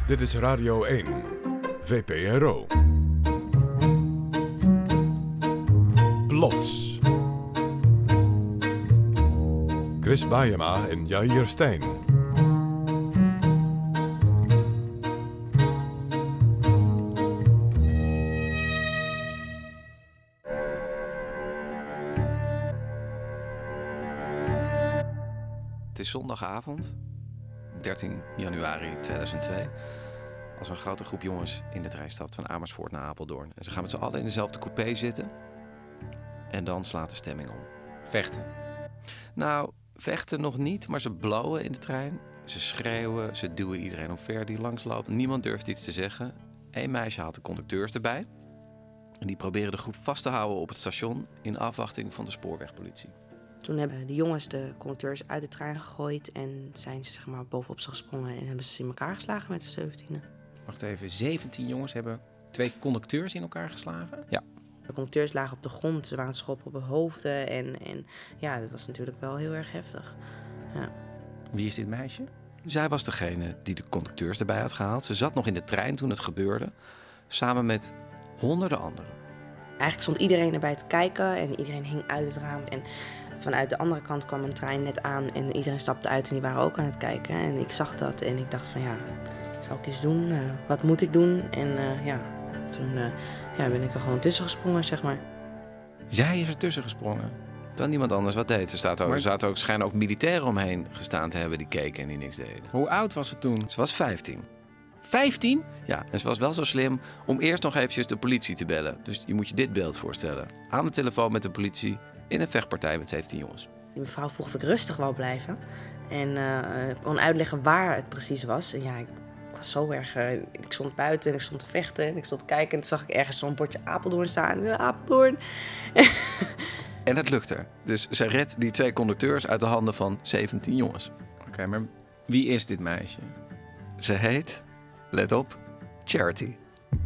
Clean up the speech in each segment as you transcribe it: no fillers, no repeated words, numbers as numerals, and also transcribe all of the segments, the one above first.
Dit is Radio 1, VPRO. Plots. Chris Bajema en Jair Stijn. Het is zondagavond, 13 januari 2002, als een grote groep jongens in de trein stapt van Amersfoort naar Apeldoorn. En ze gaan met z'n allen in dezelfde coupé zitten en dan slaat de stemming om. Vechten. Nou, vechten nog niet, maar ze blowen in de trein. Ze schreeuwen, ze duwen iedereen omver die langsloopt. Niemand durft iets te zeggen. Eén meisje haalt de conducteurs erbij. En die proberen de groep vast te houden op het station in afwachting van de spoorwegpolitie. Toen hebben de jongens de conducteurs uit de trein gegooid en zijn ze bovenop ze gesprongen en hebben ze in elkaar geslagen met de 17e. Wacht even, 17 jongens hebben 2 conducteurs in elkaar geslagen? Ja. De conducteurs lagen op de grond, ze waren het schoppen op hun hoofden en ja, dat was natuurlijk wel heel erg heftig. Ja. Wie is dit meisje? Zij was degene die de conducteurs erbij had gehaald. Ze zat nog in de trein toen het gebeurde, samen met honderden anderen. Eigenlijk stond iedereen erbij te kijken en iedereen hing uit het raam. En vanuit de andere kant kwam een trein net aan en iedereen stapte uit en die waren ook aan het kijken. En ik zag dat en ik dacht van ja, zou ik iets doen? Wat moet ik doen? En toen ben ik er gewoon tussen gesprongen, zeg maar. Zij is er tussen gesprongen. Dan niemand anders wat deed. Er zaten ook, schijnen ook militairen omheen gestaan te hebben die keken en die niks deden. Hoe oud was ze toen? Ze was 15. 15? Ja, en ze was wel zo slim om eerst nog eventjes de politie te bellen. Dus je moet je dit beeld voorstellen. Aan de telefoon met de politie in een vechtpartij met 17 jongens. Die mevrouw vroeg of ik rustig wou blijven. En ik kon uitleggen waar het precies was. En ja, ik was zo erg... ik stond buiten en ik stond te vechten en ik stond te kijken. En toen zag ik ergens zo'n bordje Apeldoorn staan. Apeldoorn. En het lukte. Dus ze redt die 2 conducteurs uit de handen van 17 jongens. Oké, maar wie is dit meisje? Ze heet, let op, Charity.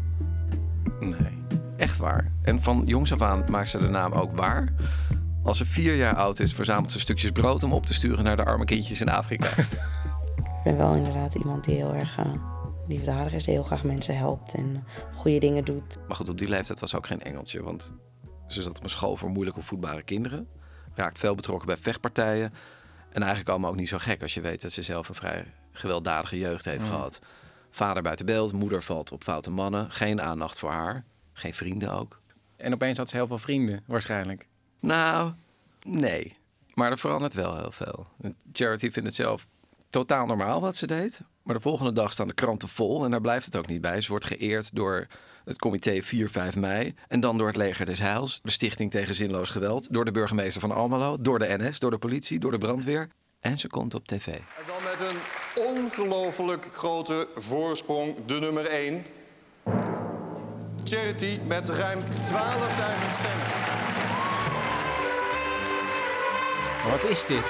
Nee. Echt waar. En van jongs af aan maakt ze de naam ook waar. Als ze 4 jaar oud is, verzamelt ze stukjes brood om op te sturen naar de arme kindjes in Afrika. Ik ben wel inderdaad iemand die heel erg liefdadig is, die heel graag mensen helpt en goede dingen doet. Maar goed, op die leeftijd was ze ook geen engeltje, want ze zat op een school voor moeilijk opvoedbare kinderen. Raakt veel betrokken bij vechtpartijen. En eigenlijk allemaal ook niet zo gek als je weet dat ze zelf een vrij gewelddadige jeugd heeft gehad. Vader buiten beeld, moeder valt op foute mannen. Geen aandacht voor haar. Geen vrienden ook. En opeens had ze heel veel vrienden, waarschijnlijk. Nou, nee. Maar er verandert wel heel veel. Charity vindt het zelf totaal normaal wat ze deed. Maar de volgende dag staan de kranten vol en daar blijft het ook niet bij. Ze wordt geëerd door het comité 4-5 mei. En dan door het Leger des Heils, de Stichting tegen Zinloos Geweld. Door de burgemeester van Almelo, door de NS, door de politie, door de brandweer. En ze komt op tv. En dan met een ongelooflijk grote voorsprong de nummer 1. Charity met ruim 12.000 stemmen. Wat is dit?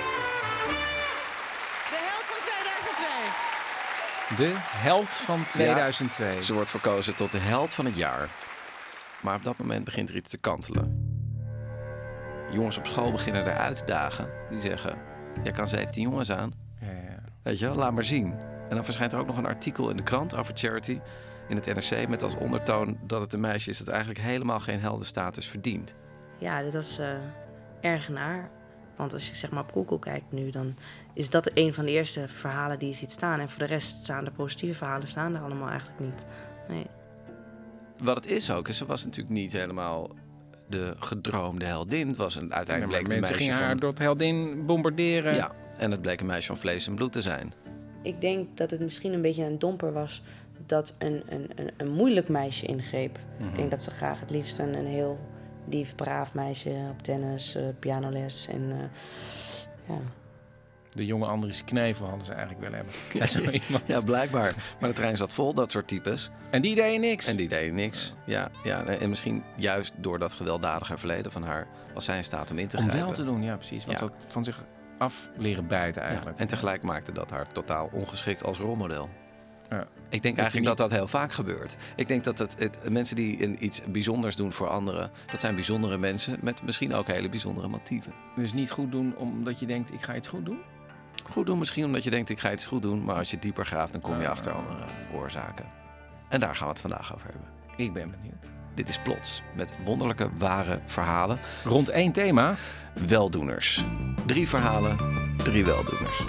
De held van 2002. De held van 2002. Ja, ze wordt verkozen tot de held van het jaar. Maar op dat moment begint er iets te kantelen. Jongens op school beginnen eruit te dagen. Die zeggen, jij kan 17 jongens aan. Ja. Weet je wel, laat maar zien. En dan verschijnt er ook nog een artikel in de krant over Charity in het NRC met als ondertoon dat het een meisje is dat eigenlijk helemaal geen heldenstatus verdient. Ja, dat was erg naar. Want als je zeg maar op Google kijkt nu, dan is dat een van de eerste verhalen die je ziet staan. En voor de rest staan de positieve verhalen staan er allemaal eigenlijk niet. Nee. Wat het is ook, ze was natuurlijk niet helemaal de gedroomde heldin. Het was uiteindelijk bleek het een mensen meisje gingen haar door het heldin bombarderen. Ja, en het bleek een meisje van vlees en bloed te zijn. Ik denk dat het misschien een beetje een domper was dat een moeilijk meisje ingreep. Ik denk dat ze graag het liefst een heel lief, braaf meisje op tennis, pianoles en ja. De jonge Andries Knevel hadden ze eigenlijk willen hebben. Ja, zo iemand. Ja, blijkbaar. Maar de trein zat vol, dat soort types. En die deden niks. Ja, en misschien juist door dat gewelddadige verleden van haar was zij in staat om in te Om grijpen. wel te doen, ja precies. Want dat van zich af leren bijten eigenlijk. Ja, en tegelijk maakte dat haar totaal ongeschikt als rolmodel. Ja. Ik denk eigenlijk dat heel vaak gebeurt. Ik denk dat mensen die iets bijzonders doen voor anderen, dat zijn bijzondere mensen met misschien ook hele bijzondere motieven. Dus niet goed doen omdat je denkt, ik ga iets goed doen? Goed doen misschien omdat je denkt ik ga iets goed doen. Maar als je dieper graaft dan kom je achter andere oorzaken. En daar gaan we het vandaag over hebben. Ik ben benieuwd. Dit is Plots met wonderlijke ware verhalen. Rond 1 thema. Weldoeners. 3 verhalen, 3 weldoeners.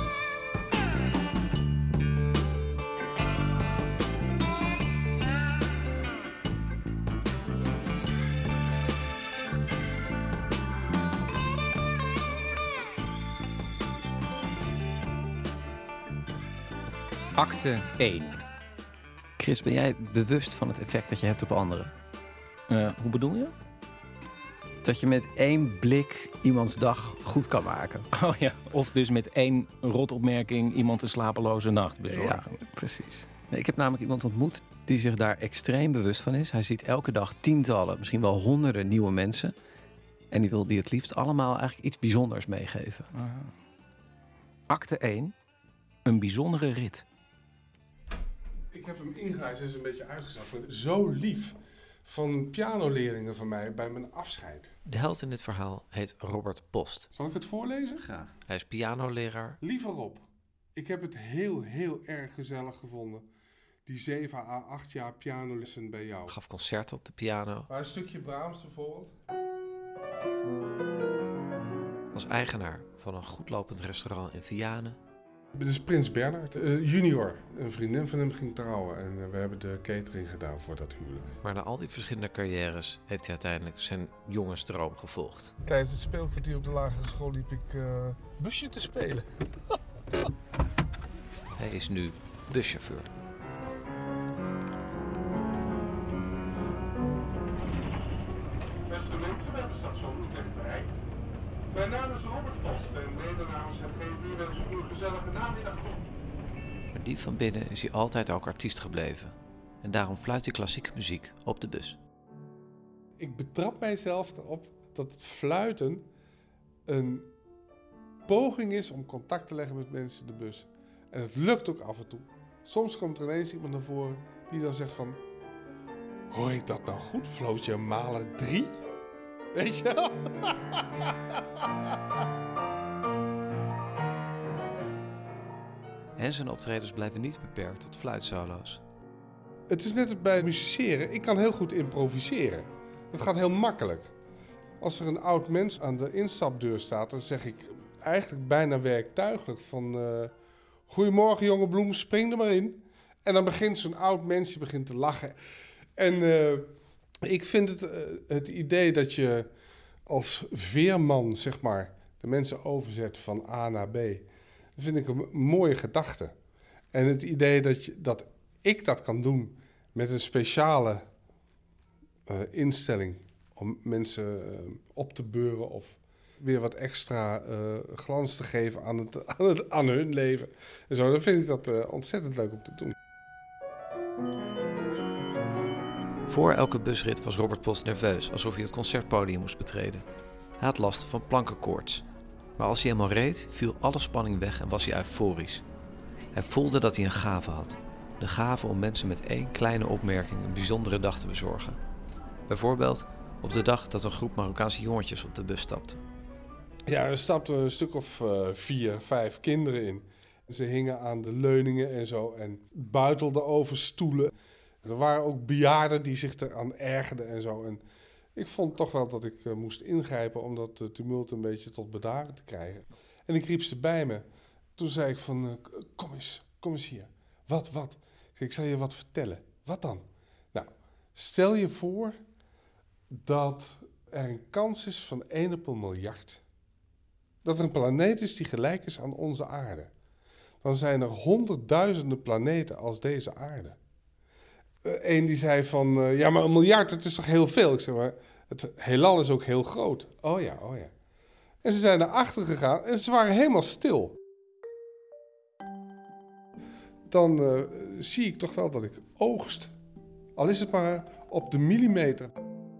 Acte 1. Chris, ben jij bewust van het effect dat je hebt op anderen? Hoe bedoel je? Dat je met 1 blik iemands dag goed kan maken. Oh ja, of dus met 1 rotopmerking iemand een slapeloze nacht bezorgen. Ja, precies. Nee, ik heb namelijk iemand ontmoet die zich daar extreem bewust van is. Hij ziet elke dag tientallen, misschien wel honderden nieuwe mensen. En die wil die het liefst allemaal eigenlijk iets bijzonders meegeven. Acte 1. Een bijzondere rit. Ik heb hem ingereisd en is een beetje uitgezakt. Maar zo lief van pianoleerlingen van mij bij mijn afscheid. De held in dit verhaal heet Robert Post. Zal ik het voorlezen? Graag. Hij is pianoleraar. Lieve Rob, ik heb het heel erg gezellig gevonden. Die 7 à 8 jaar pianolessen bij jou. Gaf concerten op de piano. Maar een stukje Brahms bijvoorbeeld. Was eigenaar van een goedlopend restaurant in Vianen. Dit is Prins Bernhard junior. Een vriendin van hem ging trouwen en we hebben de catering gedaan voor dat huwelijk. Maar na al die verschillende carrières heeft hij uiteindelijk zijn jongensdroom gevolgd. Tijdens het speelkwartier op de lagere school liep ik busje te spelen. Hij is nu buschauffeur. Beste mensen, we hebben straks al goed even bereikt. Mijn naam is Robert Post en mede namens het GVU wens ik u een gezellige namiddag toe. Maar diep van binnen is hij altijd ook artiest gebleven. En daarom fluit hij klassieke muziek op de bus. Ik betrap mijzelf erop dat fluiten een poging is om contact te leggen met mensen in de bus. En het lukt ook af en toe. Soms komt er ineens iemand naar voren die dan zegt van... Hoor ik dat nou goed? Flootje malen 3? Weet je wel? En zijn optredens blijven niet beperkt tot fluitsolo's. Het is net als bij musiceren. Ik kan heel goed improviseren. Dat gaat heel makkelijk. Als er een oud mens aan de instapdeur staat, dan zeg ik eigenlijk bijna werktuigelijk van... Goedemorgen jonge bloem, spring er maar in. En dan begint zo'n oud mens, die begint te lachen. En ik vind het idee dat je als veerman, zeg maar, de mensen overzet van A naar B... Dat vind ik een mooie gedachte. En het idee dat ik dat kan doen met een speciale instelling om mensen op te beuren of weer wat extra glans te geven aan hun leven. En zo, dan vind ik dat ontzettend leuk om te doen. Voor elke busrit was Robert Post nerveus, alsof hij het concertpodium moest betreden. Hij had last van plankenkoorts. Maar als hij eenmaal reed, viel alle spanning weg en was hij euforisch. Hij voelde dat hij een gave had. De gave om mensen met 1 kleine opmerking een bijzondere dag te bezorgen. Bijvoorbeeld op de dag dat een groep Marokkaanse jongetjes op de bus stapte. Ja, er stapten een stuk of 4, 5 kinderen in. Ze hingen aan de leuningen en zo en buitelden over stoelen. Er waren ook bejaarden die zich eraan ergerden en zo. En ik vond toch wel dat ik moest ingrijpen om dat tumult een beetje tot bedaren te krijgen. En ik riep ze bij me. Toen zei ik van, kom eens hier. Wat? Ik zal je wat vertellen. Wat dan? Nou, stel je voor dat er een kans is van 1 op 1 miljard. Dat er een planeet is die gelijk is aan onze aarde. Dan zijn er honderdduizenden planeten als deze aarde. Eén die zei van, ja maar 1 miljard, het is toch heel veel? Ik zeg maar, het heelal is ook heel groot. Oh ja. En ze zijn naar achter gegaan en ze waren helemaal stil. Dan zie ik toch wel dat ik oogst. Al is het maar op de millimeter.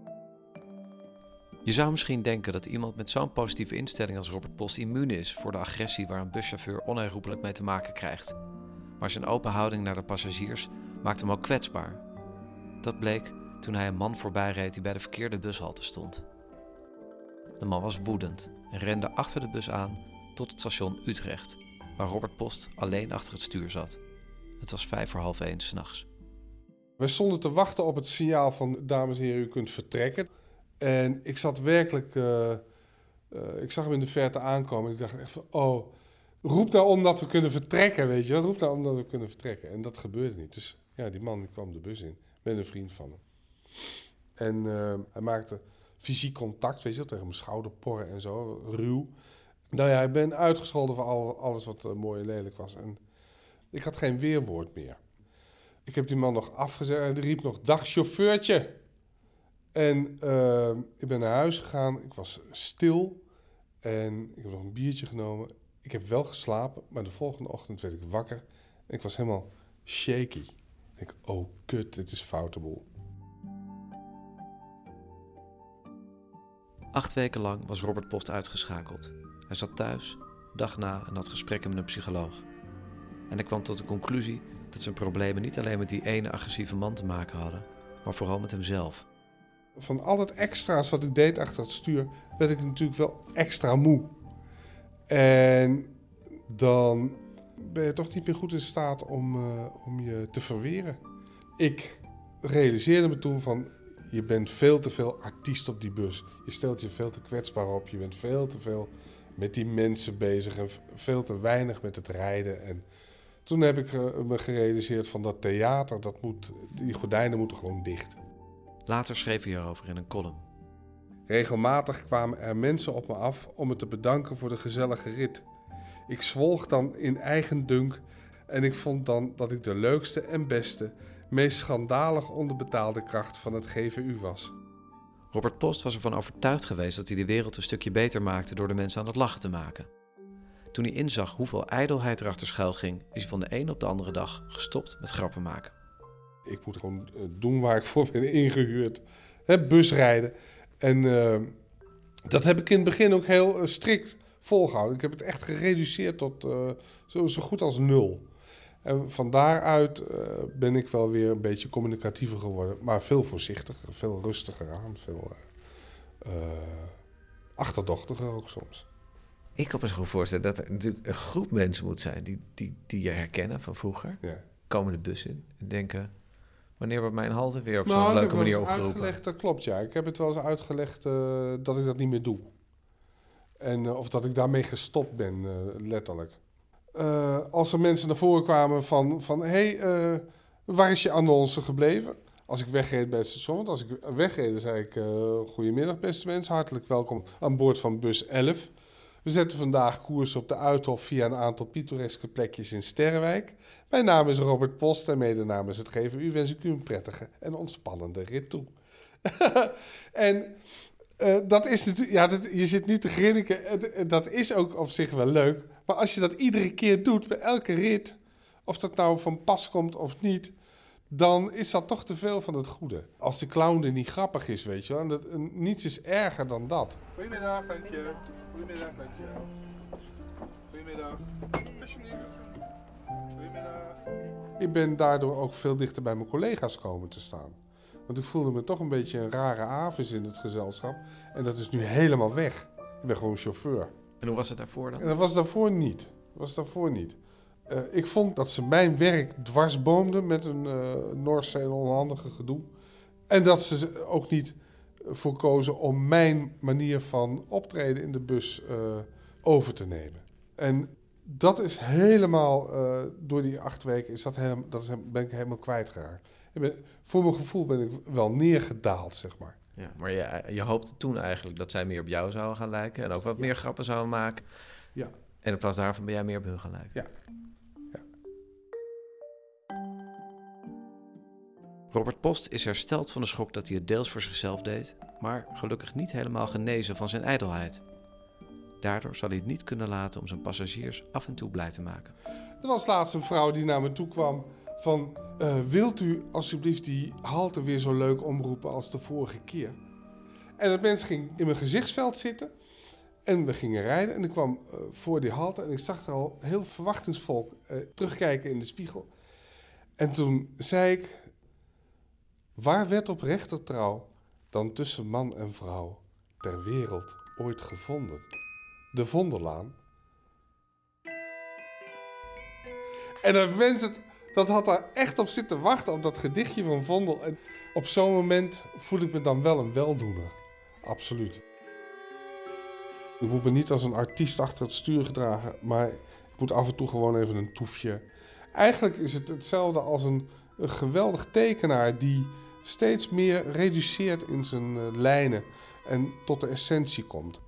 Je zou misschien denken dat iemand met zo'n positieve instelling als Robert Post immuun is voor de agressie waar een buschauffeur onherroepelijk mee te maken krijgt. Maar zijn open houding naar de passagiers maakt hem ook kwetsbaar. Dat bleek toen hij een man voorbij reed die bij de verkeerde bushalte stond. De man was woedend en rende achter de bus aan tot het station Utrecht. waar Robert Post alleen achter het stuur zat. Het was 1:55 s'nachts. Wij stonden te wachten op het signaal van, dames en heren, u kunt vertrekken. En ik zat werkelijk, ik zag hem in de verte aankomen en ik dacht echt van, oh, roep nou om dat we kunnen vertrekken, weet je wel. Roep nou om dat we kunnen vertrekken. En dat gebeurde niet. Dus ja, die man die kwam de bus in met een vriend van hem. En hij maakte fysiek contact, weet je wel, tegen mijn schouder porren en zo, ruw. Nou ja, ik ben uitgescholden voor alles wat mooi en lelijk was. En ik had geen weerwoord meer. Ik heb die man nog afgezet en die riep nog, dag chauffeurtje. En ik ben naar huis gegaan, ik was stil en ik heb nog een biertje genomen. Ik heb wel geslapen, maar de volgende ochtend werd ik wakker en ik was helemaal shaky. Ik denk, oh kut, dit is foute boel. 8 weken lang was Robert Post uitgeschakeld. Hij zat thuis, dag na en had gesprekken met een psycholoog. En hij kwam tot de conclusie dat zijn problemen niet alleen met die ene agressieve man te maken hadden, maar vooral met hemzelf. Van al het extra's wat ik deed achter het stuur, werd ik natuurlijk wel extra moe. En dan ben je toch niet meer goed in staat om je te verweren. Ik realiseerde me toen van, je bent veel te veel artiest op die bus. Je stelt je veel te kwetsbaar op. Je bent veel te veel met die mensen bezig en veel te weinig met het rijden. En toen heb ik me gerealiseerd van dat theater, die gordijnen moeten gewoon dicht. Later schreef hij erover in een column. Regelmatig kwamen er mensen op me af om me te bedanken voor de gezellige rit. Ik zwolg dan in eigen dunk en ik vond dan dat ik de leukste en beste, meest schandalig onderbetaalde kracht van het GVU was. Robert Post was ervan overtuigd geweest dat hij de wereld een stukje beter maakte door de mensen aan het lachen te maken. Toen hij inzag hoeveel ijdelheid erachter schuil ging, is hij van de ene op de andere dag gestopt met grappen maken. Ik moet gewoon doen waar ik voor ben ingehuurd. Busrijden. En dat heb ik in het begin ook heel strikt volgehouden. Ik heb het echt gereduceerd tot zo goed als 0. En van daaruit ben ik wel weer een beetje communicatiever geworden. Maar veel voorzichtiger, veel rustiger aan. Veel achterdochtiger ook soms. Ik kan me zo goed voorstellen dat er natuurlijk een groep mensen moet zijn die je herkennen van vroeger. Ja. Komen de bus in en denken, wanneer wordt mijn halte weer op zo'n leuke manier opgeroepen? Dat klopt, ja. Ik heb het wel eens uitgelegd dat ik dat niet meer doe. En, of dat ik daarmee gestopt ben, letterlijk. Als er mensen naar voren kwamen van hey, waar is je annonce gebleven? Als ik wegreed bij het station, want als ik wegreed, zei ik, goedemiddag beste mensen, hartelijk welkom aan boord van bus 11. We zetten vandaag koers op de Uithof via een aantal pittoreske plekjes in Sterrenwijk. Mijn naam is Robert Post en mede namens het GVU wens ik u een prettige en ontspannende rit toe. En dat is natuurlijk, ja, je zit nu te grinniken, dat is ook op zich wel leuk. Maar als je dat iedere keer doet, bij elke rit, of dat nou van pas komt of niet, dan is dat toch te veel van het goede. Als de clown er niet grappig is, weet je wel. En niets is erger dan dat. Goedemiddag, dank je. Goedemiddag, dank je. Goedemiddag. Alsjeblieft. Goedemiddag. Ik ben daardoor ook veel dichter bij mijn collega's komen te staan. Want ik voelde me toch een beetje een rare avis in het gezelschap. En dat is nu helemaal weg. Ik ben gewoon chauffeur. En hoe was het daarvoor dan? En dat was daarvoor niet. Ik vond dat ze mijn werk dwarsboomden met een Norse en onhandige gedoe. En dat ze ook niet voor kozen om mijn manier van optreden in de bus over te nemen. En dat is helemaal, door die 8 weken, ben ik helemaal kwijtgeraakt. Voor mijn gevoel ben ik wel neergedaald, zeg maar. Ja, maar je hoopte toen eigenlijk dat zij meer op jou zouden gaan lijken en ook wat meer grappen zouden maken. Ja. En in plaats daarvan ben jij meer op hun gaan lijken. Ja. Robert Post is hersteld van de schok dat hij het deels voor zichzelf deed, maar gelukkig niet helemaal genezen van zijn ijdelheid. Daardoor zal hij het niet kunnen laten om zijn passagiers af en toe blij te maken. Er was laatst een vrouw die naar me toe kwam van, wilt u alsjeblieft die halte weer zo leuk omroepen als de vorige keer? En dat mens ging in mijn gezichtsveld zitten en we gingen rijden en ik kwam voor die halte en ik zag er al heel verwachtingsvol terugkijken in de spiegel. En toen zei ik, waar werd oprechter trouw dan tussen man en vrouw ter wereld ooit gevonden? De Vondellaan. En dat had daar echt op zitten wachten, op dat gedichtje van Vondel. En op zo'n moment voel ik me dan wel een weldoener. Absoluut. Ik moet me niet als een artiest achter het stuur gedragen, maar ik moet af en toe gewoon even een toefje. Eigenlijk is het hetzelfde als een geweldig tekenaar die steeds meer reduceert in zijn lijnen en tot de essentie komt.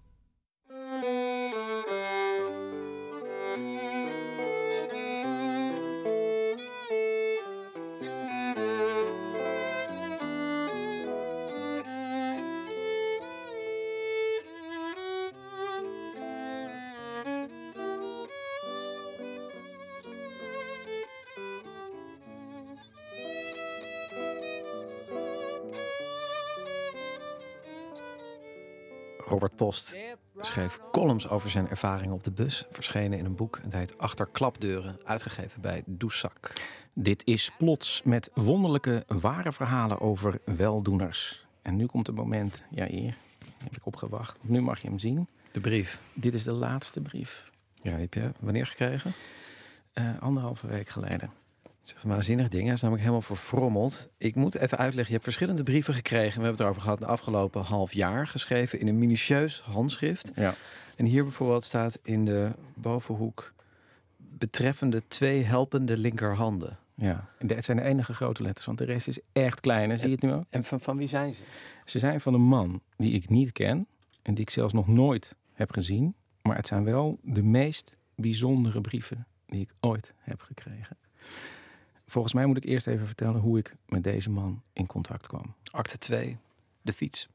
Robert Post schreef columns over zijn ervaringen op de bus, verschenen in een boek. Het heet Achter klapdeuren, uitgegeven bij Doesak. Dit is Plots met wonderlijke, ware verhalen over weldoeners. En nu komt het moment, ja hier, heb ik opgewacht. Nu mag je hem zien. De brief. Dit is de laatste brief. Ja, die heb je wanneer gekregen? 1,5 week geleden. Het is echt een waanzinnig ding. Hij is namelijk helemaal verfrommeld. Ik moet even uitleggen. Je hebt verschillende brieven gekregen. We hebben het erover gehad de afgelopen half jaar. Geschreven in een minutieus handschrift. Ja. En hier bijvoorbeeld staat in de bovenhoek betreffende 2 helpende linkerhanden. Ja, en het zijn de enige grote letters, want de rest is echt klein. Zie je het nu ook? En van wie zijn ze? Ze zijn van een man die ik niet ken en die ik zelfs nog nooit heb gezien. Maar het zijn wel de meest bijzondere brieven die ik ooit heb gekregen. Volgens mij moet ik eerst even vertellen hoe ik met deze man in contact kwam. Acte 2, de fiets.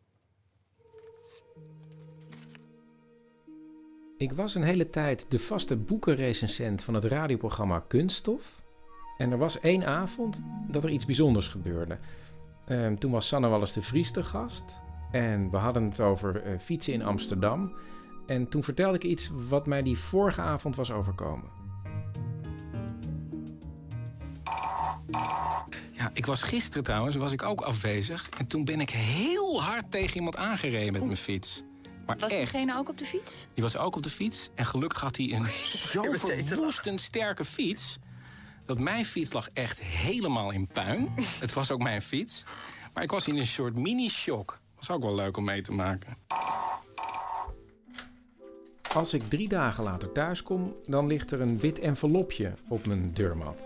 Ik was een hele tijd de vaste boekenrecensent van het radioprogramma Kunststof. En er was 1 avond dat er iets bijzonders gebeurde. Toen was Sanne Wallis de Vries te gast. En we hadden het over fietsen in Amsterdam. En toen vertelde ik iets wat mij die vorige avond was overkomen. Ja, ik was gisteren trouwens, was ik ook afwezig. En toen ben ik heel hard tegen iemand aangereden met mijn fiets. Maar Was echt, diegene ook op de fiets? die was ook op de fiets. En gelukkig had hij een zo verwoestend sterke fiets... dat mijn fiets lag echt helemaal in puin. Het was ook mijn fiets. Maar ik was in een soort mini-shock. Was ook wel leuk om mee te maken. Als ik 3 dagen later thuis kom, dan ligt er een wit envelopje op mijn deurmat.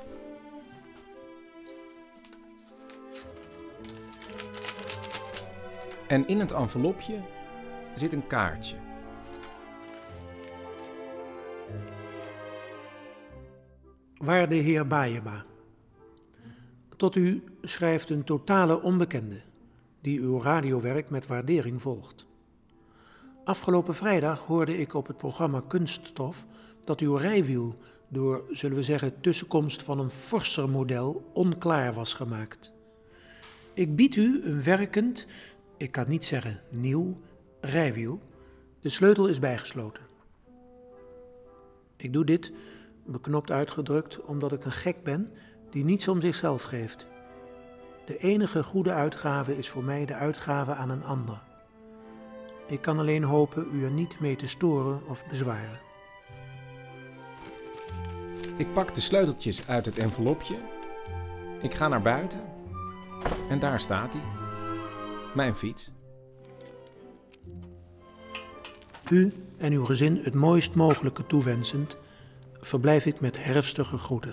En in het envelopje zit een kaartje. Waarde heer Bajema, tot u schrijft een totale onbekende die uw radiowerk met waardering volgt. Afgelopen vrijdag hoorde ik op het programma Kunststof dat uw rijwiel door, zullen we zeggen, tussenkomst van een forser model onklaar was gemaakt. Ik bied u een werkend, ik kan niet zeggen nieuw, rijwiel. De sleutel is bijgesloten. Ik doe dit, beknopt uitgedrukt, omdat ik een gek ben die niets om zichzelf geeft. De enige goede uitgave is voor mij de uitgave aan een ander. Ik kan alleen hopen u er niet mee te storen of bezwaren. Ik pak de sleuteltjes uit het envelopje. Ik ga naar buiten. En daar staat hij. Mijn fiets. U en uw gezin het mooist mogelijke toewensend, verblijf ik met herfstige groeten.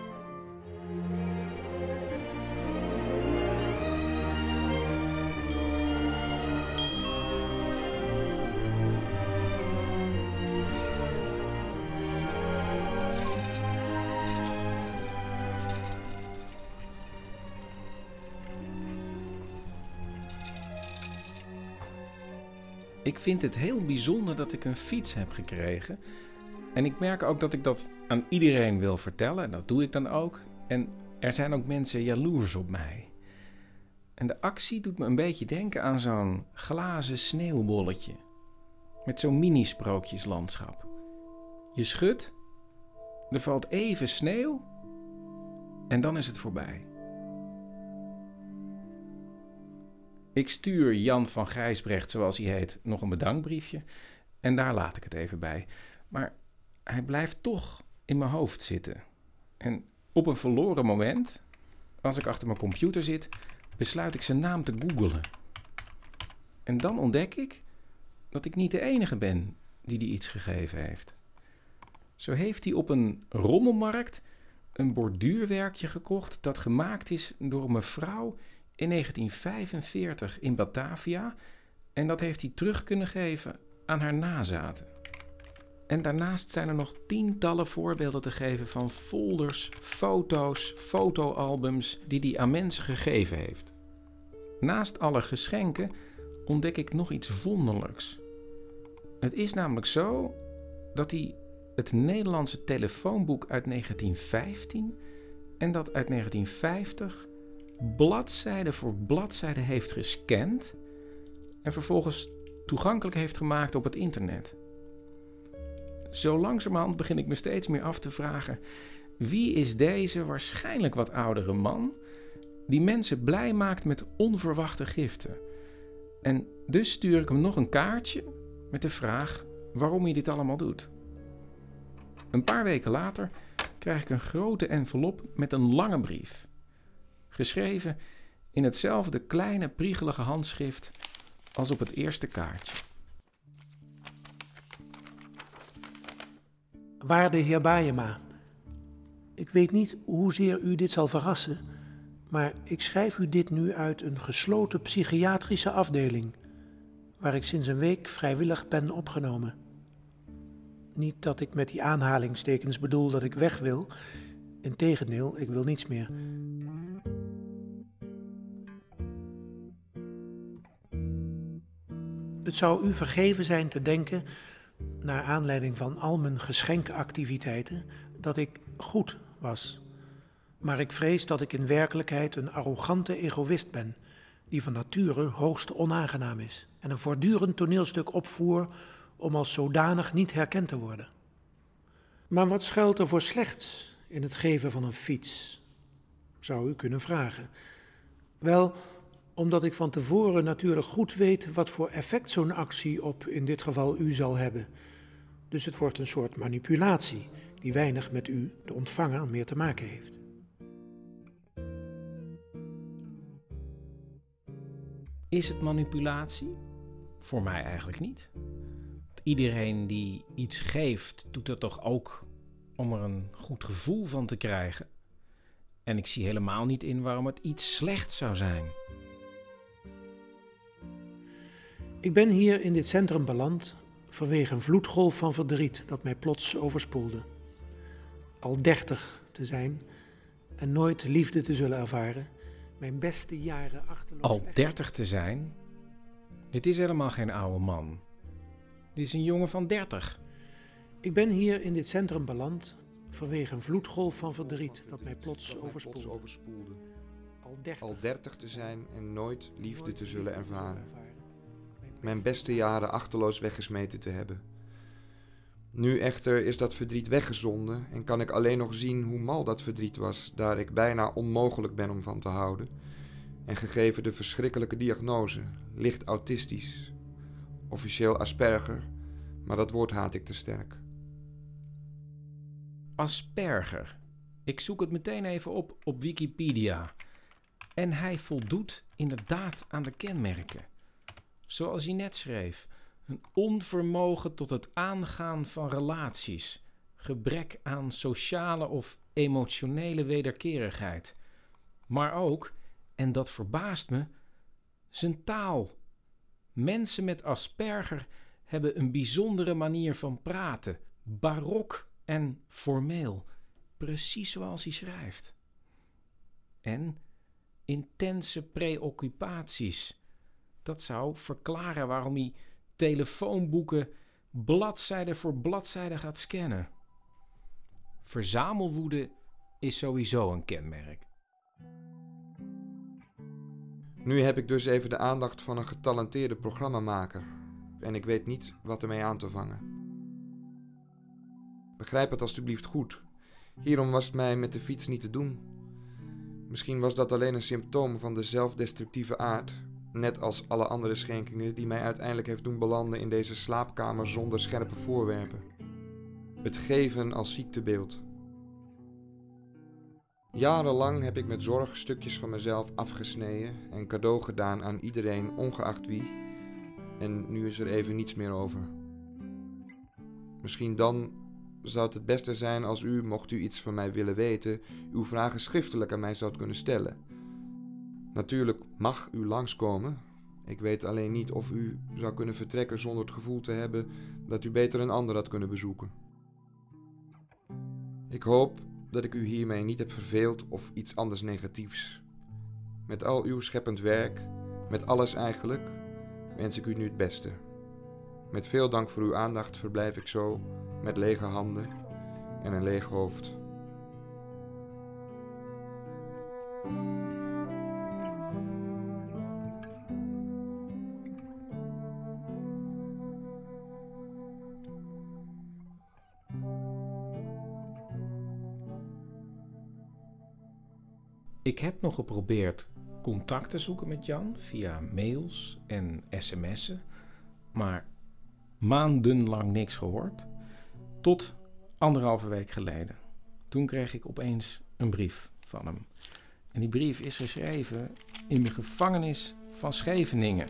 Ik vind het heel bijzonder dat ik een fiets heb gekregen. En ik merk ook dat ik dat aan iedereen wil vertellen. En dat doe ik dan ook. En er zijn ook mensen jaloers op mij. En de actie doet me een beetje denken aan zo'n glazen sneeuwbolletje. Met zo'n mini-sprookjeslandschap. Je schudt, er valt even sneeuw en dan is het voorbij. Ik stuur Jan van Gijsbrecht, zoals hij heet, nog een bedankbriefje. En daar laat ik het even bij. Maar hij blijft toch in mijn hoofd zitten. En op een verloren moment, als ik achter mijn computer zit, besluit ik zijn naam te googlen. En dan ontdek ik dat ik niet de enige ben die iets gegeven heeft. Zo heeft hij op een rommelmarkt een borduurwerkje gekocht dat gemaakt is door een mevrouw in 1945 in Batavia. En dat heeft hij terug kunnen geven aan haar nazaten. En daarnaast zijn er nog tientallen voorbeelden te geven van folders, foto's, fotoalbums die hij aan mensen gegeven heeft. Naast alle geschenken ontdek ik nog iets wonderlijks. Het is namelijk zo dat hij het Nederlandse telefoonboek uit 1915 en dat uit 1950 bladzijde voor bladzijde heeft gescand en vervolgens toegankelijk heeft gemaakt op het internet. Zo langzamerhand begin ik me steeds meer af te vragen: wie is deze waarschijnlijk wat oudere man die mensen blij maakt met onverwachte giften? En dus stuur ik hem nog een kaartje met de vraag waarom hij dit allemaal doet. Een paar weken later krijg ik een grote envelop met een lange brief. Geschreven in hetzelfde kleine priegelige handschrift als op het eerste kaartje. Waarde heer Bajema, ik weet niet hoezeer u dit zal verrassen, maar ik schrijf u dit nu uit een gesloten psychiatrische afdeling, waar ik sinds een week vrijwillig ben opgenomen. Niet dat ik met die aanhalingstekens bedoel dat ik weg wil. Integendeel, ik wil niets meer. Het zou u vergeven zijn te denken, naar aanleiding van al mijn geschenkactiviteiten, dat ik goed was. Maar ik vrees dat ik in werkelijkheid een arrogante egoïst ben, die van nature hoogst onaangenaam is en een voortdurend toneelstuk opvoer om als zodanig niet herkend te worden. Maar wat schuilt er voor slechts in het geven van een fiets, zou u kunnen vragen. Wel, omdat ik van tevoren natuurlijk goed weet wat voor effect zo'n actie op, in dit geval u, zal hebben. Dus het wordt een soort manipulatie die weinig met u, de ontvanger, meer te maken heeft. Is het manipulatie? Voor mij eigenlijk niet. Iedereen die iets geeft, doet dat toch ook om er een goed gevoel van te krijgen. En ik zie helemaal niet in waarom het iets slechts zou zijn. Ik ben hier in dit centrum beland vanwege een vloedgolf van verdriet dat mij plots overspoelde. Al 30 te zijn en nooit liefde te zullen ervaren, mijn beste jaren achterloos. Al 30 te zijn? Dit is helemaal geen oude man. Dit is een jongen van 30. Ik ben hier in dit centrum beland vanwege een vloedgolf van verdriet dat mij plots overspoelde. Al 30 te zijn en nooit liefde te zullen ervaren. Mijn beste jaren achterloos weggesmeten te hebben. Nu echter is dat verdriet weggezonden en kan ik alleen nog zien hoe mal dat verdriet was, daar ik bijna onmogelijk ben om van te houden. En gegeven de verschrikkelijke diagnose, licht autistisch, officieel Asperger, maar dat woord haat ik te sterk. Asperger. Ik zoek het meteen even op Wikipedia. En hij voldoet inderdaad aan de kenmerken. Zoals hij net schreef. Een onvermogen tot het aangaan van relaties. Gebrek aan sociale of emotionele wederkerigheid. Maar ook, en dat verbaast me, zijn taal. Mensen met Asperger hebben een bijzondere manier van praten. Barok en formeel. Precies zoals hij schrijft. En intense preoccupaties. Dat zou verklaren waarom hij telefoonboeken bladzijde voor bladzijde gaat scannen. Verzamelwoede is sowieso een kenmerk. Nu heb ik dus even de aandacht van een getalenteerde programmamaker. En ik weet niet wat ermee aan te vangen. Begrijp het alstublieft goed. Hierom was het mij met de fiets niet te doen. Misschien was dat alleen een symptoom van de zelfdestructieve aard, net als alle andere schenkingen die mij uiteindelijk heeft doen belanden in deze slaapkamer zonder scherpe voorwerpen. Het geven als ziektebeeld. Jarenlang heb ik met zorg stukjes van mezelf afgesneden en cadeau gedaan aan iedereen, ongeacht wie. En nu is er even niets meer over. Misschien dan zou het beste zijn als u, mocht u iets van mij willen weten, uw vragen schriftelijk aan mij zou kunnen stellen. Natuurlijk mag u langskomen. Ik weet alleen niet of u zou kunnen vertrekken zonder het gevoel te hebben dat u beter een ander had kunnen bezoeken. Ik hoop dat ik u hiermee niet heb verveeld of iets anders negatiefs. Met al uw scheppend werk, met alles eigenlijk, wens ik u nu het beste. Met veel dank voor uw aandacht verblijf ik zo, met lege handen en een leeg hoofd. Ik heb nog geprobeerd contact te zoeken met Jan via mails en sms'en, maar maandenlang niks gehoord. Tot 1,5 week geleden. Toen kreeg ik opeens een brief van hem. En die brief is geschreven in de gevangenis van Scheveningen.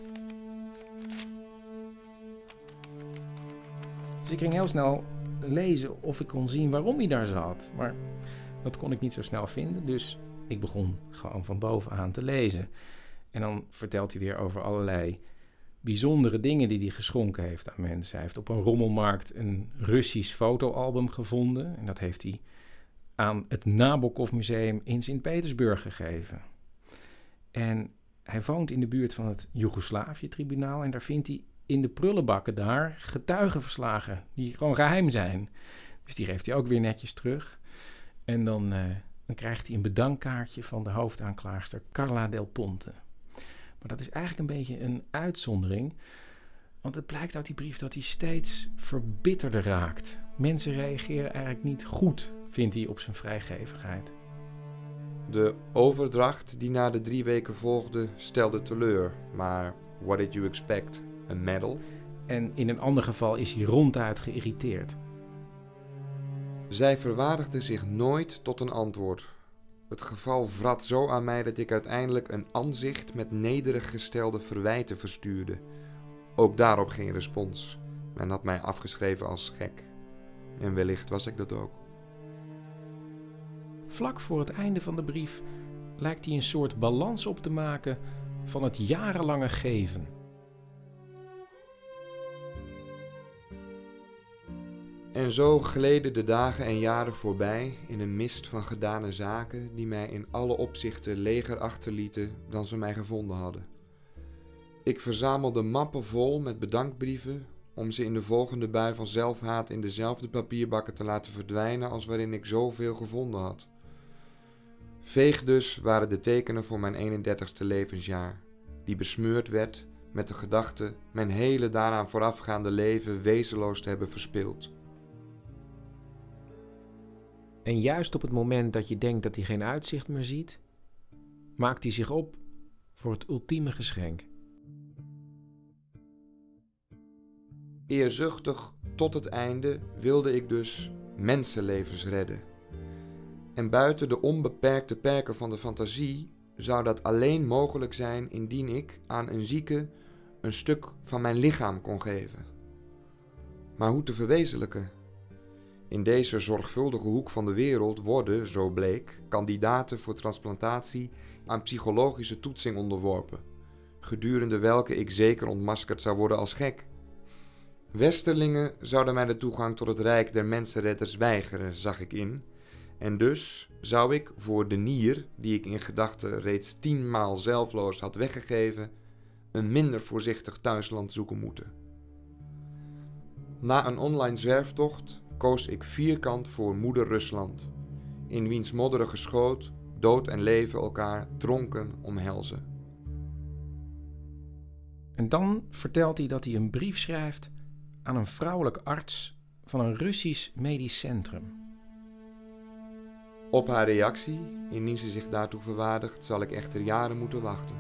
Dus ik ging heel snel lezen of ik kon zien waarom hij daar zat. Maar dat kon ik niet zo snel vinden, dus ik begon gewoon van bovenaan te lezen. En dan vertelt hij weer over allerlei bijzondere dingen die hij geschonken heeft aan mensen. Hij heeft op een rommelmarkt een Russisch fotoalbum gevonden. En dat heeft hij aan het Nabokov Museum in Sint-Petersburg gegeven. En hij woont in de buurt van het Joegoslavië-tribunaal. En daar vindt hij in de prullenbakken daar getuigenverslagen die gewoon geheim zijn. Dus die geeft hij ook weer netjes terug. En dan krijgt hij een bedankkaartje van de hoofdaanklaagster Carla Del Ponte. Maar dat is eigenlijk een beetje een uitzondering. Want het blijkt uit die brief dat hij steeds verbitterder raakt. Mensen reageren eigenlijk niet goed, vindt hij, op zijn vrijgevigheid. De overdracht die na de 3 weken volgde stelde teleur. Maar what did you expect? Een medal? En in een ander geval is hij ronduit geïrriteerd. Zij verwaardigde zich nooit tot een antwoord. Het geval vrat zo aan mij dat ik uiteindelijk een aanzicht met nederig gestelde verwijten verstuurde. Ook daarop geen respons. Men had mij afgeschreven als gek. En wellicht was ik dat ook. Vlak voor het einde van de brief lijkt hij een soort balans op te maken van het jarenlange geven. En zo gleden de dagen en jaren voorbij in een mist van gedane zaken die mij in alle opzichten leger achterlieten dan ze mij gevonden hadden. Ik verzamelde mappen vol met bedankbrieven om ze in de volgende bui van zelfhaat in dezelfde papierbakken te laten verdwijnen als waarin ik zoveel gevonden had. Veeg dus waren de tekenen voor mijn 31ste levensjaar, die besmeurd werd met de gedachte mijn hele daaraan voorafgaande leven wezenloos te hebben verspild. En juist op het moment dat je denkt dat hij geen uitzicht meer ziet, maakt hij zich op voor het ultieme geschenk. Eerzuchtig tot het einde wilde ik dus mensenlevens redden. En buiten de onbeperkte perken van de fantasie zou dat alleen mogelijk zijn indien ik aan een zieke een stuk van mijn lichaam kon geven. Maar hoe te verwezenlijken? In deze zorgvuldige hoek van de wereld worden, zo bleek, kandidaten voor transplantatie aan psychologische toetsing onderworpen, gedurende welke ik zeker ontmaskerd zou worden als gek. Westerlingen zouden mij de toegang tot het rijk der mensenredders weigeren, zag ik in, en dus zou ik voor de nier, die ik in gedachten reeds 10 maal zelfloos had weggegeven, een minder voorzichtig thuisland zoeken moeten. Na een online zwerftocht koos ik vierkant voor moeder Rusland, in wiens modderige schoot dood en leven elkaar dronken omhelzen. En dan vertelt hij dat hij een brief schrijft aan een vrouwelijk arts van een Russisch medisch centrum. Op haar reactie, indien ze zich daartoe verwaardigt, zal ik echter jaren moeten wachten.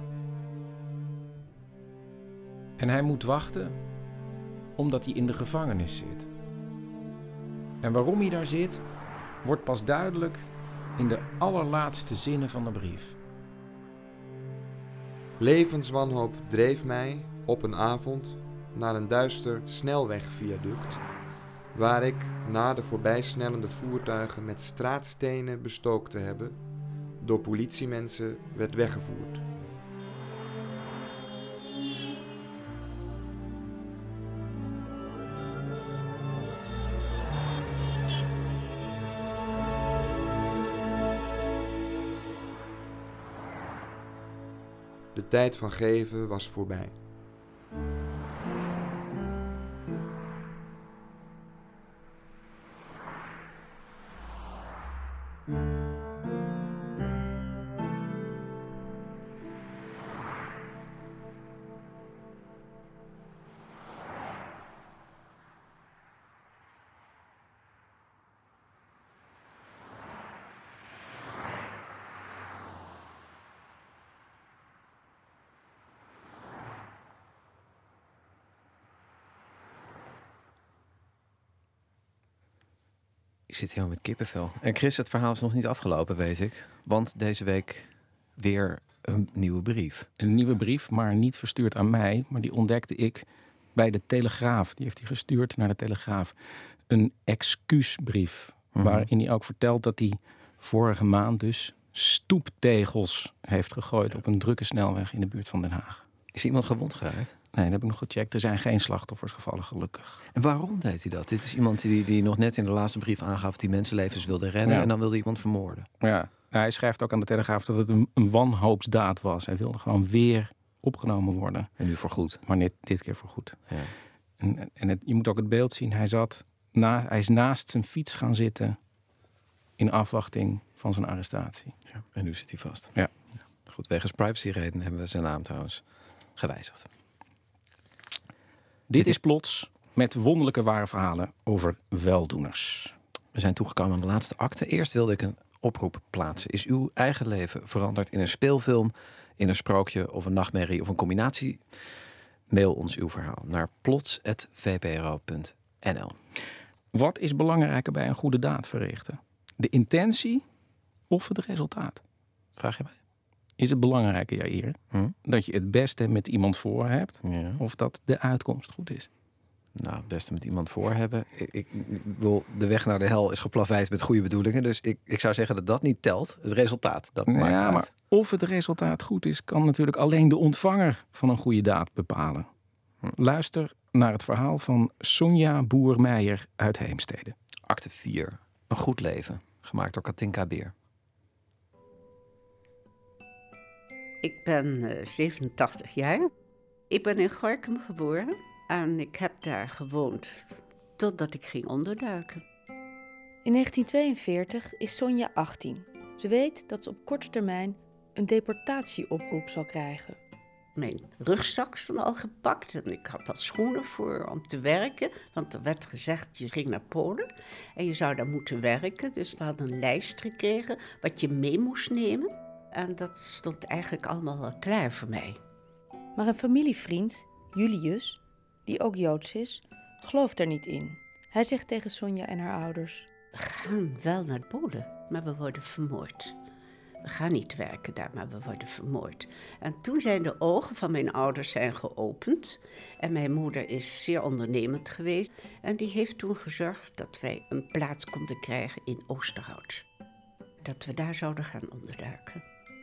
En hij moet wachten omdat hij in de gevangenis zit. En waarom hij daar zit, wordt pas duidelijk in de allerlaatste zinnen van de brief. Levenswanhoop dreef mij op een avond naar een duister snelwegviaduct, waar ik, na de voorbijsnellende voertuigen met straatstenen bestookt te hebben, door politiemensen werd weggevoerd. De tijd van geven was voorbij. Ik zit helemaal met kippenvel. En Chris, het verhaal is nog niet afgelopen, weet ik. Want deze week weer een nieuwe brief. Een nieuwe brief, maar niet verstuurd aan mij. Maar die ontdekte ik bij de Telegraaf. Die heeft hij gestuurd naar de Telegraaf. Een excuusbrief. Waarin hij ook vertelt dat hij vorige maand dus stoeptegels heeft gegooid op een drukke snelweg in de buurt van Den Haag. Is iemand gewond geraakt? Nee, dat heb ik nog gecheckt. Er zijn geen slachtoffers gevallen, gelukkig. En waarom deed hij dat? Dit is iemand die nog net in de laatste brief aangaf die mensenlevens wilde redden. Ja. En dan wilde iemand vermoorden. Ja, hij schrijft ook aan de Telegraaf dat het een wanhoopsdaad was. Hij wilde gewoon weer opgenomen worden. En nu voorgoed. Maar dit keer voorgoed. Ja. En je moet ook het beeld zien. Hij is naast zijn fiets gaan zitten in afwachting van zijn arrestatie. Ja, en nu zit hij vast. Ja. Goed, wegens privacyredenen hebben we zijn naam trouwens gewijzigd. Dit is Plots met wonderlijke ware verhalen over weldoeners. We zijn toegekomen aan de laatste acte. Eerst wilde ik een oproep plaatsen. Is uw eigen leven veranderd in een speelfilm, in een sprookje of een nachtmerrie of een combinatie? Mail ons uw verhaal naar plots@vpro.nl. Wat is belangrijker bij een goede daad verrichten? De intentie of het resultaat? Vraag je mij? Is het belangrijker, Jair, dat je het beste met iemand voor hebt, of dat de uitkomst goed is? Nou, het beste met iemand voor hebben. Ik wil, de weg naar de hel is geplaveid met goede bedoelingen. Dus ik zou zeggen dat dat niet telt. Het resultaat, dat maakt uit. Maar of het resultaat goed is, kan natuurlijk alleen de ontvanger van een goede daad bepalen. Luister naar het verhaal van Sonja Boer-Meijer uit Heemstede. Acte 4. Een goed leven. Gemaakt door Katinka Beer. Ik ben 87 jaar. Ik ben in Gorinchem geboren en ik heb daar gewoond totdat ik ging onderduiken. In 1942 is Sonja 18. Ze weet dat ze op korte termijn een deportatieoproep zal krijgen. Mijn rugzak stond al gepakt en ik had al schoenen voor om te werken. Want er werd gezegd, je ging naar Polen en je zou daar moeten werken. Dus we hadden een lijst gekregen wat je mee moest nemen. En dat stond eigenlijk allemaal al klaar voor mij. Maar een familievriend, Julius, die ook Joods is, gelooft er niet in. Hij zegt tegen Sonja en haar ouders: We gaan wel naar Polen, maar we worden vermoord. We gaan niet werken daar, maar we worden vermoord. En toen zijn de ogen van mijn ouders geopend. En mijn moeder is zeer ondernemend geweest. En die heeft toen gezorgd dat wij een plaats konden krijgen in Oosterhout. Dat we daar zouden gaan onderduiken.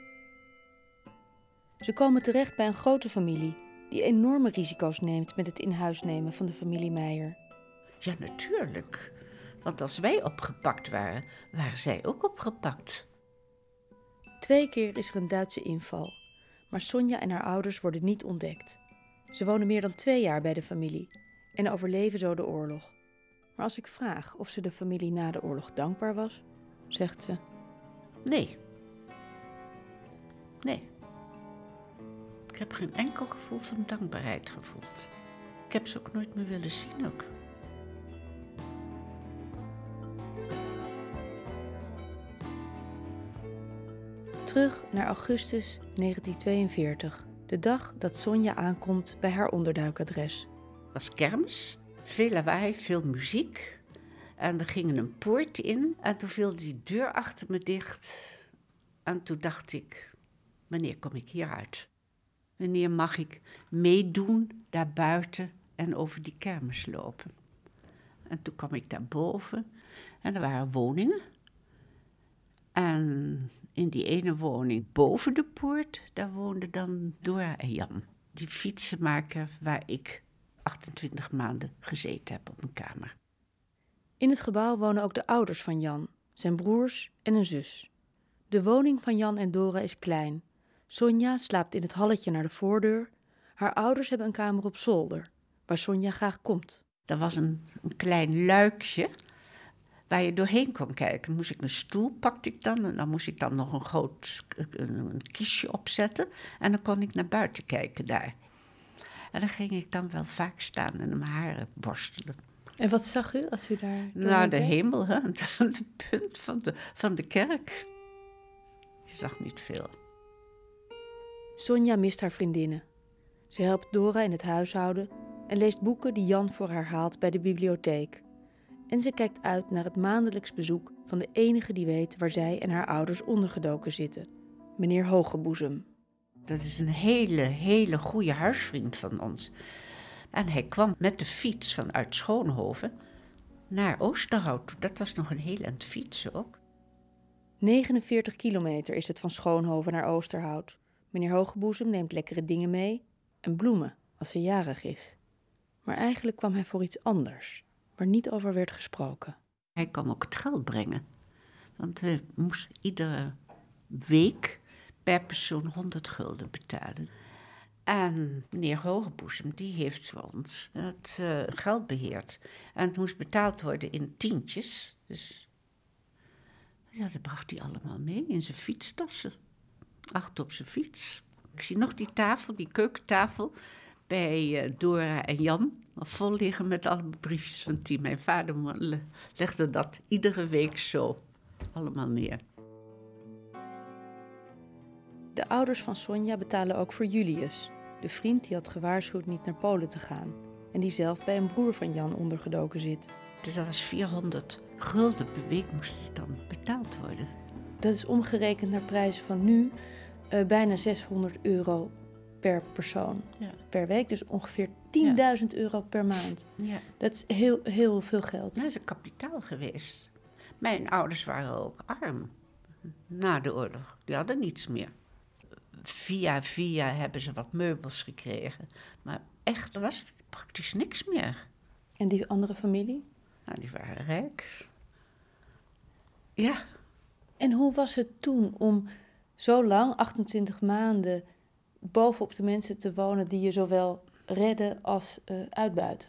Ze komen terecht bij een grote familie die enorme risico's neemt met het in huis nemen van de familie Meijer. Ja, natuurlijk. Want als wij opgepakt waren, waren zij ook opgepakt. 2 keer is er een Duitse inval, maar Sonja en haar ouders worden niet ontdekt. Ze wonen meer dan 2 jaar bij de familie en overleven zo de oorlog. Maar als ik vraag of ze de familie na de oorlog dankbaar was, zegt ze: Nee. Nee. Ik heb geen enkel gevoel van dankbaarheid gevoeld. Ik heb ze ook nooit meer willen zien ook. Terug naar augustus 1942, de dag dat Sonja aankomt bij haar onderduikadres. Het was kermis, veel lawaai, veel muziek. En er ging een poort in en toen viel die deur achter me dicht. En toen dacht ik, wanneer kom ik hieruit? Wanneer mag ik meedoen daarbuiten en over die kermis lopen? En toen kwam ik daarboven en er waren woningen. En in die ene woning boven de poort, daar woonden dan Dora en Jan. Die fietsenmaker waar ik 28 maanden gezeten heb op een kamer. In het gebouw wonen ook de ouders van Jan, zijn broers en een zus. De woning van Jan en Dora is klein. Sonja slaapt in het halletje naar de voordeur. Haar ouders hebben een kamer op zolder, waar Sonja graag komt. Er was een klein luikje waar je doorheen kon kijken. Moest ik een stoel, pakte ik dan. En dan moest ik dan nog een groot een kistje opzetten. En dan kon ik naar buiten kijken daar. En dan ging ik dan wel vaak staan en mijn haren borstelen. En wat zag u als u daar... Nou, de hemel, hè? De punt van de kerk. Je zag niet veel. Sonja mist haar vriendinnen. Ze helpt Dora in het huishouden en leest boeken die Jan voor haar haalt bij de bibliotheek. En ze kijkt uit naar het maandelijks bezoek van de enige die weet waar zij en haar ouders ondergedoken zitten. Meneer Hogeboezem. Dat is een hele goede huisvriend van ons. En hij kwam met de fiets vanuit Schoonhoven naar Oosterhout toe. Dat was nog een heel eind fietsen ook. 49 kilometer is het van Schoonhoven naar Oosterhout. Meneer Hogeboezem neemt lekkere dingen mee en bloemen als ze jarig is. Maar eigenlijk kwam hij voor iets anders, waar niet over werd gesproken. Hij kwam ook het geld brengen. Want we moesten iedere week per persoon 100 gulden betalen. En meneer Hogeboezem, die heeft voor ons het geld beheerd. En het moest betaald worden in tientjes. Dus ja, dat bracht hij allemaal mee in zijn fietstassen. Achter op zijn fiets. Ik zie nog die tafel, die keukentafel bij Dora en Jan. Al vol liggen met alle briefjes van Tien. Mijn vader legde dat iedere week zo allemaal neer. De ouders van Sonja betalen ook voor Julius, de vriend die had gewaarschuwd niet naar Polen te gaan en die zelf bij een broer van Jan ondergedoken zit. Dus dat was 400 gulden per week moest dan betaald worden. Dat is omgerekend naar prijzen van nu bijna 600 euro per persoon per week. Dus ongeveer 10.000 euro per maand. Ja. Dat is heel veel geld. Dat is een kapitaal geweest. Mijn ouders waren ook arm na de oorlog. Die hadden niets meer. Via hebben ze wat meubels gekregen. Maar echt, er was praktisch niks meer. En die andere familie? Nou, die waren rijk. Ja. En hoe was het toen om zo lang, 28 maanden, bovenop de mensen te wonen die je zowel redden als uitbuiten?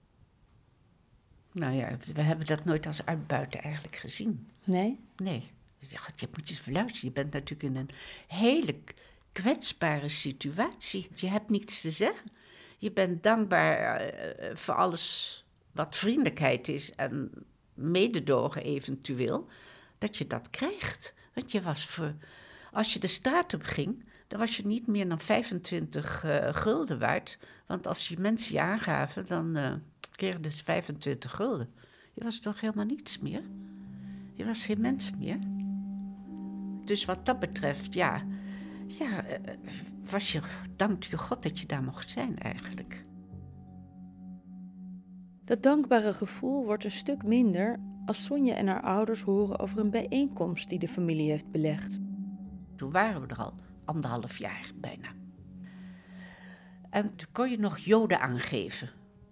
Nou ja, we hebben dat nooit als uitbuiten eigenlijk gezien. Nee? Nee. Je moet je luisteren, je bent natuurlijk in een hele kwetsbare situatie. Je hebt niets te zeggen. Je bent dankbaar voor alles wat vriendelijkheid is en mededogen eventueel, dat je dat krijgt. Want je was als je de straat op ging, dan was je niet meer dan 25 gulden waard. Want als je mensen je aangaven, dan kreeg je dus 25 gulden. Je was toch helemaal niets meer? Je was geen mens meer. Dus wat dat betreft, dankte je God dat je daar mocht zijn eigenlijk. Dat dankbare gevoel wordt een stuk minder als Sonja en haar ouders horen over een bijeenkomst die de familie heeft belegd. Toen waren we er al 1,5 jaar bijna. En toen kon je nog Joden aangeven.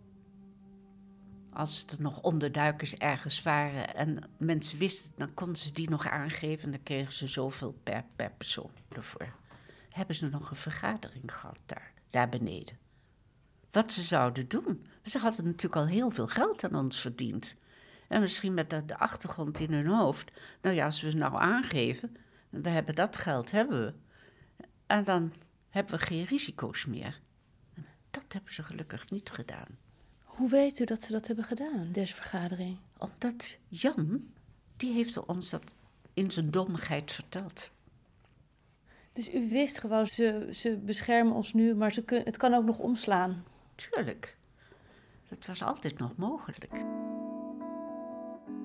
Als er nog onderduikers ergens waren en mensen wisten, dan konden ze die nog aangeven en dan kregen ze zoveel per persoon ervoor. Hebben ze nog een vergadering gehad daar beneden. Wat ze zouden doen. Ze hadden natuurlijk al heel veel geld aan ons verdiend. En misschien met de achtergrond in hun hoofd. Nou ja, als we nou aangeven, we hebben dat geld, hebben we. En dan hebben we geen risico's meer. En dat hebben ze gelukkig niet gedaan. Hoe weet u dat ze dat hebben gedaan, deze vergadering? Omdat Jan, die heeft ons dat in zijn dommigheid verteld. Dus u wist gewoon, ze beschermen ons nu, maar het kan ook nog omslaan. Tuurlijk. Dat was altijd nog mogelijk.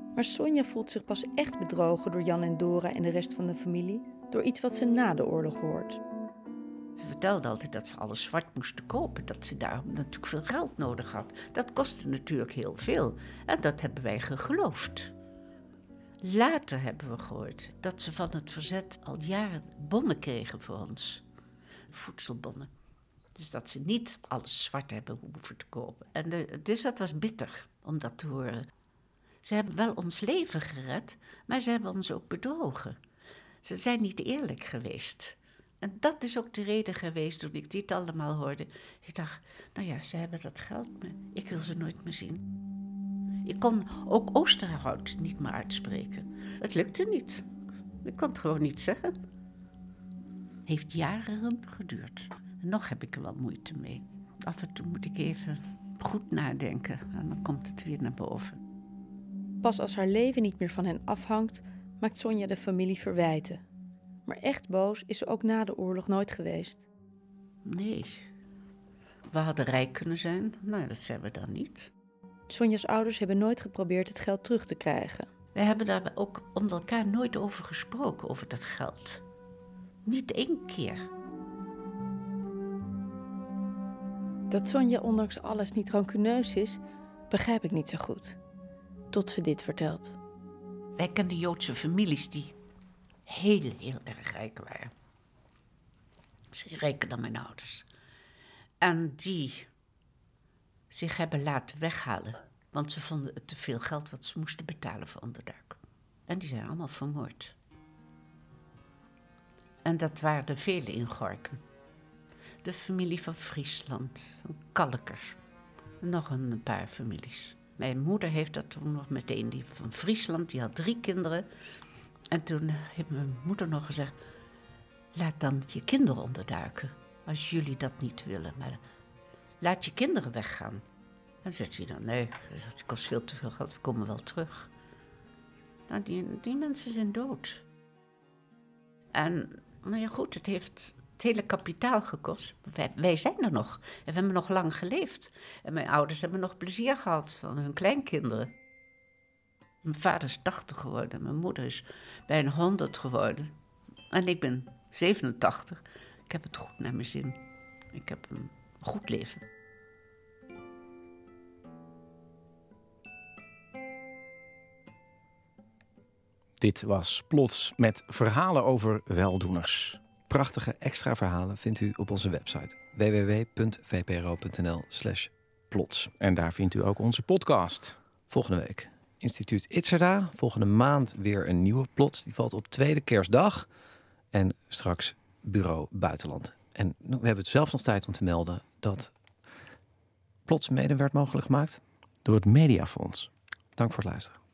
Maar Sonja voelt zich pas echt bedrogen door Jan en Dora en de rest van de familie door iets wat ze na de oorlog hoort. Ze vertelde altijd dat ze alles zwart moesten kopen, dat ze daarom natuurlijk veel geld nodig had. Dat kostte natuurlijk heel veel en dat hebben wij geloofd. Later hebben we gehoord dat ze van het verzet al jaren bonnen kregen voor ons. Voedselbonnen. Dus dat ze niet alles zwart hebben hoeven te kopen. En dus dat was bitter om dat te horen. Ze hebben wel ons leven gered, maar ze hebben ons ook bedrogen. Ze zijn niet eerlijk geweest. En dat is ook de reden geweest toen ik dit allemaal hoorde. Ik dacht, nou ja, ze hebben dat geld, maar ik wil ze nooit meer zien. Ik kon ook Oosterhout niet meer uitspreken. Het lukte niet. Ik kon het gewoon niet zeggen. Heeft jaren geduurd. En nog heb ik er wel moeite mee. Af en toe moet ik even goed nadenken en dan komt het weer naar boven. Pas als haar leven niet meer van hen afhangt, maakt Sonja de familie verwijten. Maar echt boos is ze ook na de oorlog nooit geweest. Nee. We hadden rijk kunnen zijn. Nou, dat zijn we dan niet. Sonja's ouders hebben nooit geprobeerd het geld terug te krijgen. Wij hebben daar ook onder elkaar nooit over gesproken, over dat geld. Niet één keer. Dat Sonja ondanks alles niet rancuneus is, begrijp ik niet zo goed. Tot ze dit vertelt. Wij kenden Joodse families die heel erg rijk waren. Ze rijker dan mijn ouders. En die zich hebben laten weghalen. Want ze vonden het te veel geld wat ze moesten betalen voor onderdak. En die zijn allemaal vermoord. En dat waren er vele in Gorinchem. De familie van Friesland, van Kalker. Nog een paar families. Mijn moeder heeft dat toen nog meteen, die van Friesland, die had 3 kinderen. En toen heeft mijn moeder nog gezegd, laat dan je kinderen onderduiken. Als jullie dat niet willen, maar laat je kinderen weggaan. En dan zegt hij dan, nee, dat kost veel te veel geld, we komen wel terug. Nou, die mensen zijn dood. En, nou ja goed, het heeft het hele kapitaal gekost. Wij zijn er nog. En we hebben nog lang geleefd. En mijn ouders hebben nog plezier gehad van hun kleinkinderen. Mijn vader is 80 geworden. Mijn moeder is bijna 100 geworden. En ik ben 87. Ik heb het goed naar mijn zin. Ik heb een goed leven. Dit was Plots met verhalen over weldoeners. Prachtige extra verhalen vindt u op onze website www.vpro.nl/plots. En daar vindt u ook onze podcast. Volgende week Instituut Itzerda. Volgende maand weer een nieuwe Plots. Die valt op tweede kerstdag. En straks Bureau Buitenland. En we hebben het zelfs nog tijd om te melden dat Plots mede werd mogelijk gemaakt door het Mediafonds. Dank voor het luisteren.